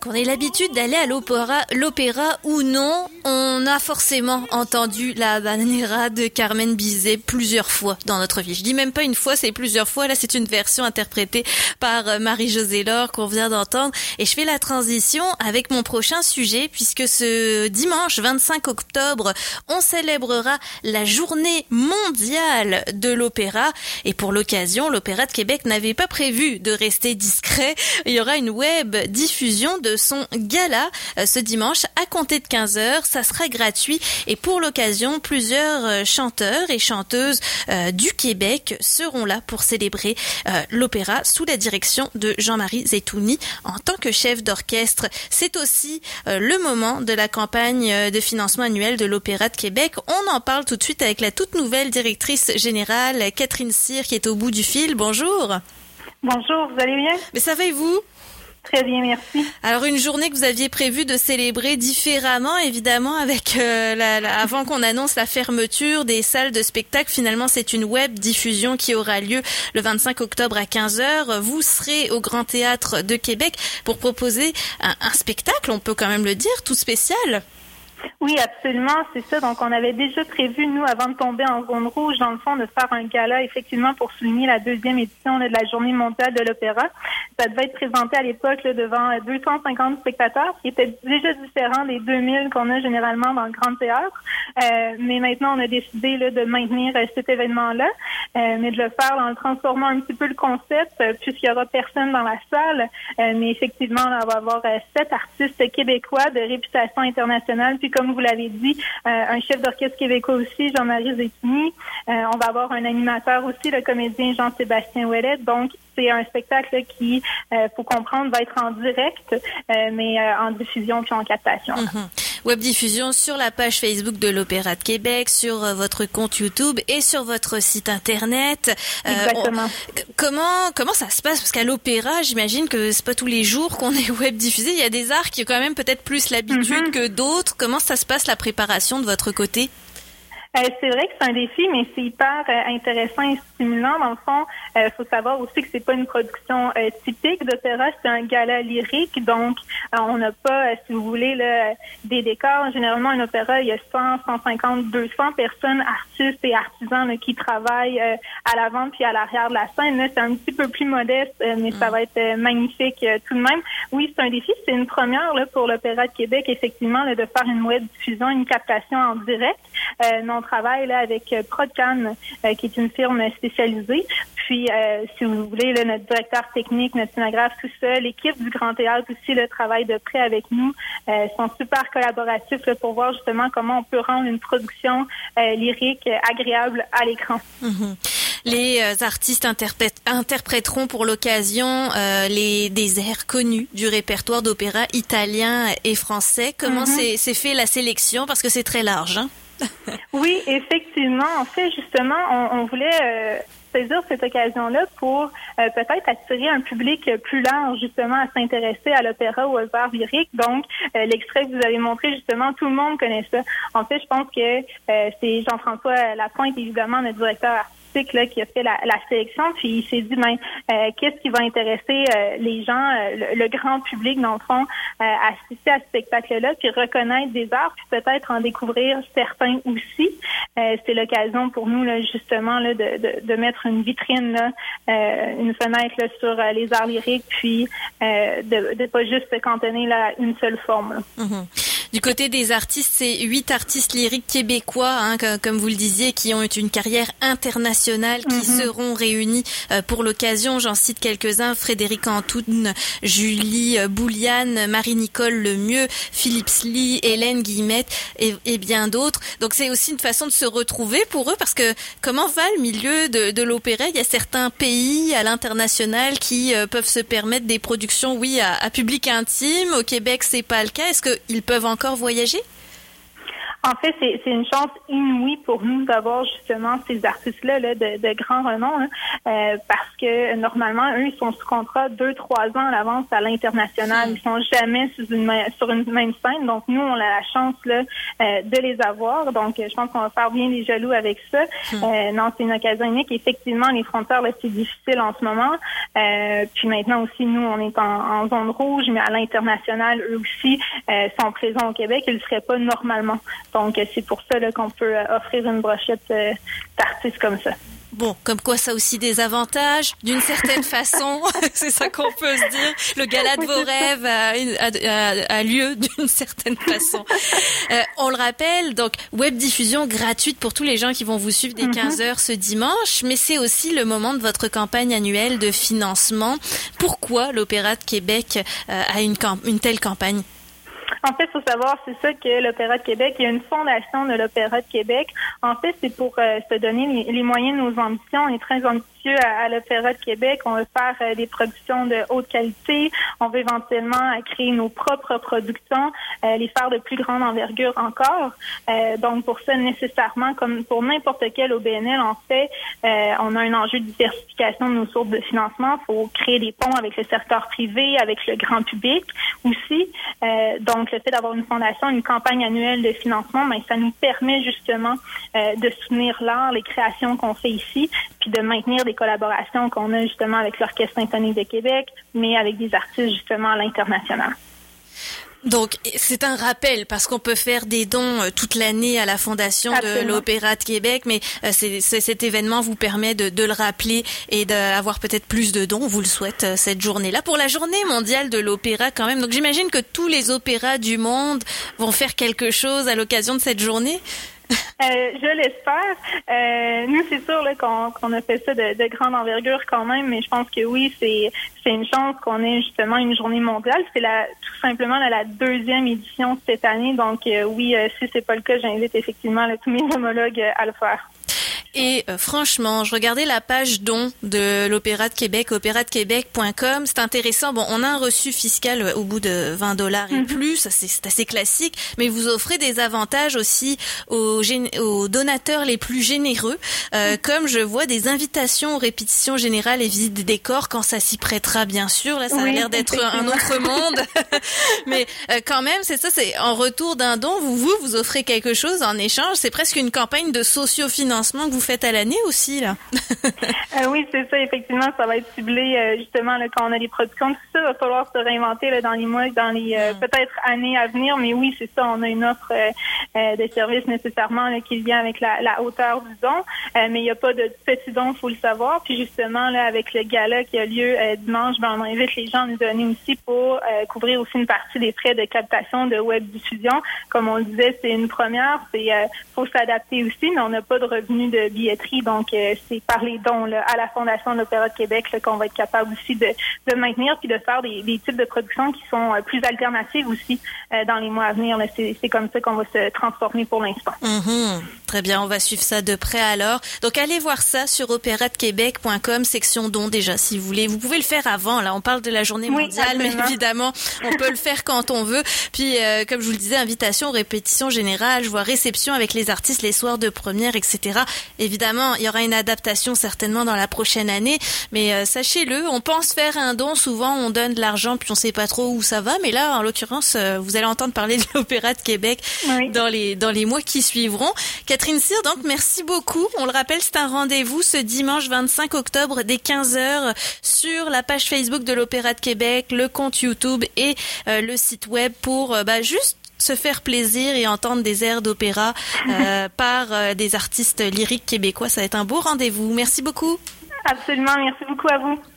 Qu'on ait l'habitude d'aller à l'opéra ou non, on a forcément entendu la Habanera de Carmen Bizet plusieurs fois dans notre vie. Je dis même pas une fois, c'est plusieurs fois. Là, c'est une version interprétée par Marie-Josée Laure qu'on vient d'entendre. Et je fais la transition avec mon prochain sujet, puisque ce dimanche 25 octobre, on célébrera la journée mondiale de l'opéra. Et pour l'occasion, l'Opéra de Québec n'avait pas prévu de rester discret. Il y aura une web diffusion de son gala ce dimanche à compter de 15h. Ça sera gratuit et pour l'occasion, plusieurs chanteurs et chanteuses du Québec seront là pour célébrer l'opéra sous la direction de Jean-Marie Zetouni en tant que chef d'orchestre. C'est aussi le moment de la campagne de financement annuel de l'Opéra de Québec. On en parle tout de suite avec la toute nouvelle directrice générale, Catherine Cyr, qui est au bout du fil. Bonjour. Bonjour, vous allez bien? Mais ça va et vous? Très bien, merci. Alors une journée que vous aviez prévu de célébrer différemment, évidemment, avec avant qu'on annonce la fermeture des salles de spectacle. Finalement, c'est une web diffusion qui aura lieu le 25 octobre à 15h. Vous serez au Grand Théâtre de Québec pour proposer un spectacle, on peut quand même le dire, tout spécial. Oui, absolument, c'est ça. Donc, on avait déjà prévu, nous, avant de tomber en zone rouge, dans le fond, de faire un gala, effectivement, pour souligner la deuxième édition de la Journée mondiale de l'opéra. Ça devait être présenté à l'époque devant 250 spectateurs, qui était déjà différent des 2000 qu'on a généralement dans le Grand Théâtre. Mais maintenant, on a décidé de maintenir cet événement-là, mais de le faire en transformant un petit peu le concept, puisqu'il y aura personne dans la salle. Mais effectivement, on va avoir 7 artistes québécois de réputation internationale, puis comme vous l'avez dit, un chef d'orchestre québécois aussi, Jean-Marie Zetouni. On va avoir un animateur aussi, le comédien Jean-Sébastien Ouellet. Donc, c'est un spectacle qui, faut comprendre, va être en direct, mais en diffusion puis en captation. Web diffusion sur la page Facebook de l'Opéra de Québec, sur votre compte YouTube et sur votre site internet. Exactement. Comment ça se passe? Parce qu'à l'opéra, j'imagine que c'est pas tous les jours qu'on est web diffusé. Il y a des arts qui ont quand même peut-être plus l'habitude que d'autres. Comment ça se passe la préparation de votre côté? C'est vrai que c'est un défi, mais c'est hyper intéressant et stimulant. Dans le fond, faut savoir aussi que c'est pas une production typique d'opéra, c'est un gala lyrique. Donc, on n'a pas, si vous voulez, des décors. Généralement, un opéra, il y a 100, 150, 200 personnes, artistes et artisans qui travaillent à l'avant puis à l'arrière de la scène. Là, c'est un petit peu plus modeste, mais ça va être magnifique tout de même. Oui, c'est un défi. C'est une première pour l'Opéra de Québec, effectivement, de faire une web diffusion, une captation en direct. On travaille avec Prodcan, qui est une firme spécialisée. Puis, si vous voulez, notre directeur technique, notre scénographe, tout ça, l'équipe du Grand Théâtre aussi travaille de près avec nous. Sont super collaboratifs pour voir justement comment on peut rendre une production lyrique agréable à l'écran. Les artistes interpréteront pour l'occasion des airs connus du répertoire d'opéra italien et français. Comment c'est fait la sélection? Parce que c'est très large, hein? Oui, effectivement. En fait, justement, on voulait saisir cette occasion-là pour peut-être attirer un public plus large, justement, à s'intéresser à l'opéra ou aux arts lyriques. Donc, l'extrait que vous avez montré, justement, tout le monde connaît ça. En fait, je pense que c'est Jean-François Lapointe, évidemment, notre directeur artistique, qui a fait la sélection, puis il s'est dit, qu'est-ce qui va intéresser les gens, le grand public, dans le fond, à assister à ce spectacle-là, puis reconnaître des arts, puis peut-être en découvrir certains aussi. C'est l'occasion pour nous, justement, de mettre une vitrine, une fenêtre sur les arts lyriques, puis de pas juste se cantonner une seule forme. Du côté des artistes, c'est 8 artistes lyriques québécois, comme vous le disiez, qui ont eu une carrière internationale, qui seront réunis pour l'occasion. J'en cite quelques-uns: Frédéric Antoun, Julie Bouliane, Marie-Nicole Lemieux, Philippe Sly, Hélène Guillemette et bien d'autres. Donc c'est aussi une façon de se retrouver pour eux, parce que comment va le milieu de l'opéra? Il y a certains pays à l'international qui peuvent se permettre des productions, à public intime. Au Québec, c'est pas le cas. Est-ce qu'ils peuvent encore voyager? En fait, c'est une chance inouïe pour nous d'avoir justement ces artistes-là là, de grand renom, parce que normalement, eux, ils sont sous contrat 2-3 ans à l'avance à l'international. Ils sont jamais sur une même scène. Donc, nous, on a la chance là, de les avoir. Donc, je pense qu'on va faire bien des jaloux avec ça. Non, c'est une occasion unique. Effectivement, les frontières, là, c'est difficile en ce moment. Puis maintenant aussi, nous, on est en zone rouge, mais à l'international, eux aussi sont présents au Québec. Ils ne le seraient pas normalement. Donc, c'est pour ça là, qu'on peut offrir une brochette d'artistes comme ça. Bon, comme quoi ça a aussi des avantages, d'une certaine façon, c'est ça qu'on peut se dire. Le gala de vos rêves a lieu d'une certaine façon. On le rappelle, donc web diffusion gratuite pour tous les gens qui vont vous suivre dès 15h ce dimanche, mais c'est aussi le moment de votre campagne annuelle de financement. Pourquoi l'Opéra de Québec a une telle campagne? En fait, il faut savoir, c'est ça que l'Opéra de Québec, il y a une fondation de l'Opéra de Québec. En fait, c'est pour se donner les moyens de nos ambitions. On est très ambitieux à l'Opéra de Québec. On veut faire des productions de haute qualité. On veut éventuellement créer nos propres productions, les faire de plus grande envergure encore. Donc, pour ça, nécessairement, comme pour n'importe quel OBNL, en fait, on a un enjeu de diversification de nos sources de financement. Il faut créer des ponts avec le secteur privé, avec le grand public aussi. Donc, le fait d'avoir une fondation, une campagne annuelle de financement, ben, ça nous permet justement de soutenir l'art, les créations qu'on fait ici, puis de maintenir des collaborations qu'on a justement avec l'Orchestre symphonique de Québec, mais avec des artistes justement à l'international. Donc, c'est un rappel parce qu'on peut faire des dons toute l'année à la Fondation de l'Opéra de Québec, mais cet événement vous permet de le rappeler et d'avoir peut-être plus de dons. On vous le souhaite cette journée-là. Pour la journée mondiale de l'opéra quand même. Donc, j'imagine que tous les opéras du monde vont faire quelque chose à l'occasion de cette journée. Je l'espère. Nous, c'est sûr là, qu'on a fait ça de grande envergure quand même, mais je pense que oui, c'est une chance qu'on ait justement une journée mondiale. C'est tout simplement la 2e édition cette année. Donc oui, si c'est pas le cas, j'invite effectivement tous mes homologues à le faire. Et franchement, je regardais la page dons de l'Opéra de Québec, opéradequebec.com. C'est intéressant. Bon, on a un reçu fiscal au bout de $20 et plus. Ça, c'est assez classique. Mais vous offrez des avantages aussi aux donateurs les plus généreux. Comme je vois des invitations aux répétitions générales et visites des décors quand ça s'y prêtera, bien sûr. Là, ça a l'air d'être un autre monde. Mais quand même, c'est ça. C'est en retour d'un don, vous offrez quelque chose en échange. C'est presque une campagne de sociofinancement que vous faites à l'année aussi, là. Oui, c'est ça. Effectivement, ça va être ciblé justement là, quand on a des productions. Tout ça va falloir se réinventer là, dans les mois, dans les peut-être années à venir. Mais oui, c'est ça. On a une offre de services nécessairement là, qui vient avec la hauteur du don. Mais il n'y a pas de petits dons, il faut le savoir. Puis justement, là, avec le gala qui a lieu dimanche, ben, on invite les gens à nous donner aussi pour couvrir aussi une partie des frais de captation de web diffusion. Comme on le disait, c'est une première. Faut s'adapter aussi, mais on n'a pas de revenus de billetterie. Donc, c'est par les dons là, à la Fondation de l'Opéra de Québec là, qu'on va être capable aussi de maintenir puis de faire des types de productions qui sont plus alternatives aussi dans les mois à venir. Là. C'est comme ça qu'on va se transformer pour l'instant. Très bien, on va suivre ça de près alors. Donc, allez voir ça sur opéradequebec.com, section dons déjà, si vous voulez. Vous pouvez le faire avant, là. On parle de la journée mondiale, mais évidemment, on peut le faire quand on veut. Puis, comme je vous le disais, invitation, répétition générale, je vois réception avec les artistes les soirs de première, etc. Évidemment, il y aura une adaptation certainement dans la prochaine année, mais sachez-le, on pense faire un don, souvent on donne de l'argent puis on sait pas trop où ça va, mais là, en l'occurrence, vous allez entendre parler de l'Opéra de Québec dans les mois qui suivront. Catherine Cyr, donc merci beaucoup. On le rappelle, c'est un rendez-vous ce dimanche 25 octobre dès 15h sur la page Facebook de l'Opéra de Québec, le compte YouTube et le site web pour juste se faire plaisir et entendre des airs d'opéra par des artistes lyriques québécois. Ça va être un beau rendez-vous. Merci beaucoup. Absolument. Merci beaucoup à vous.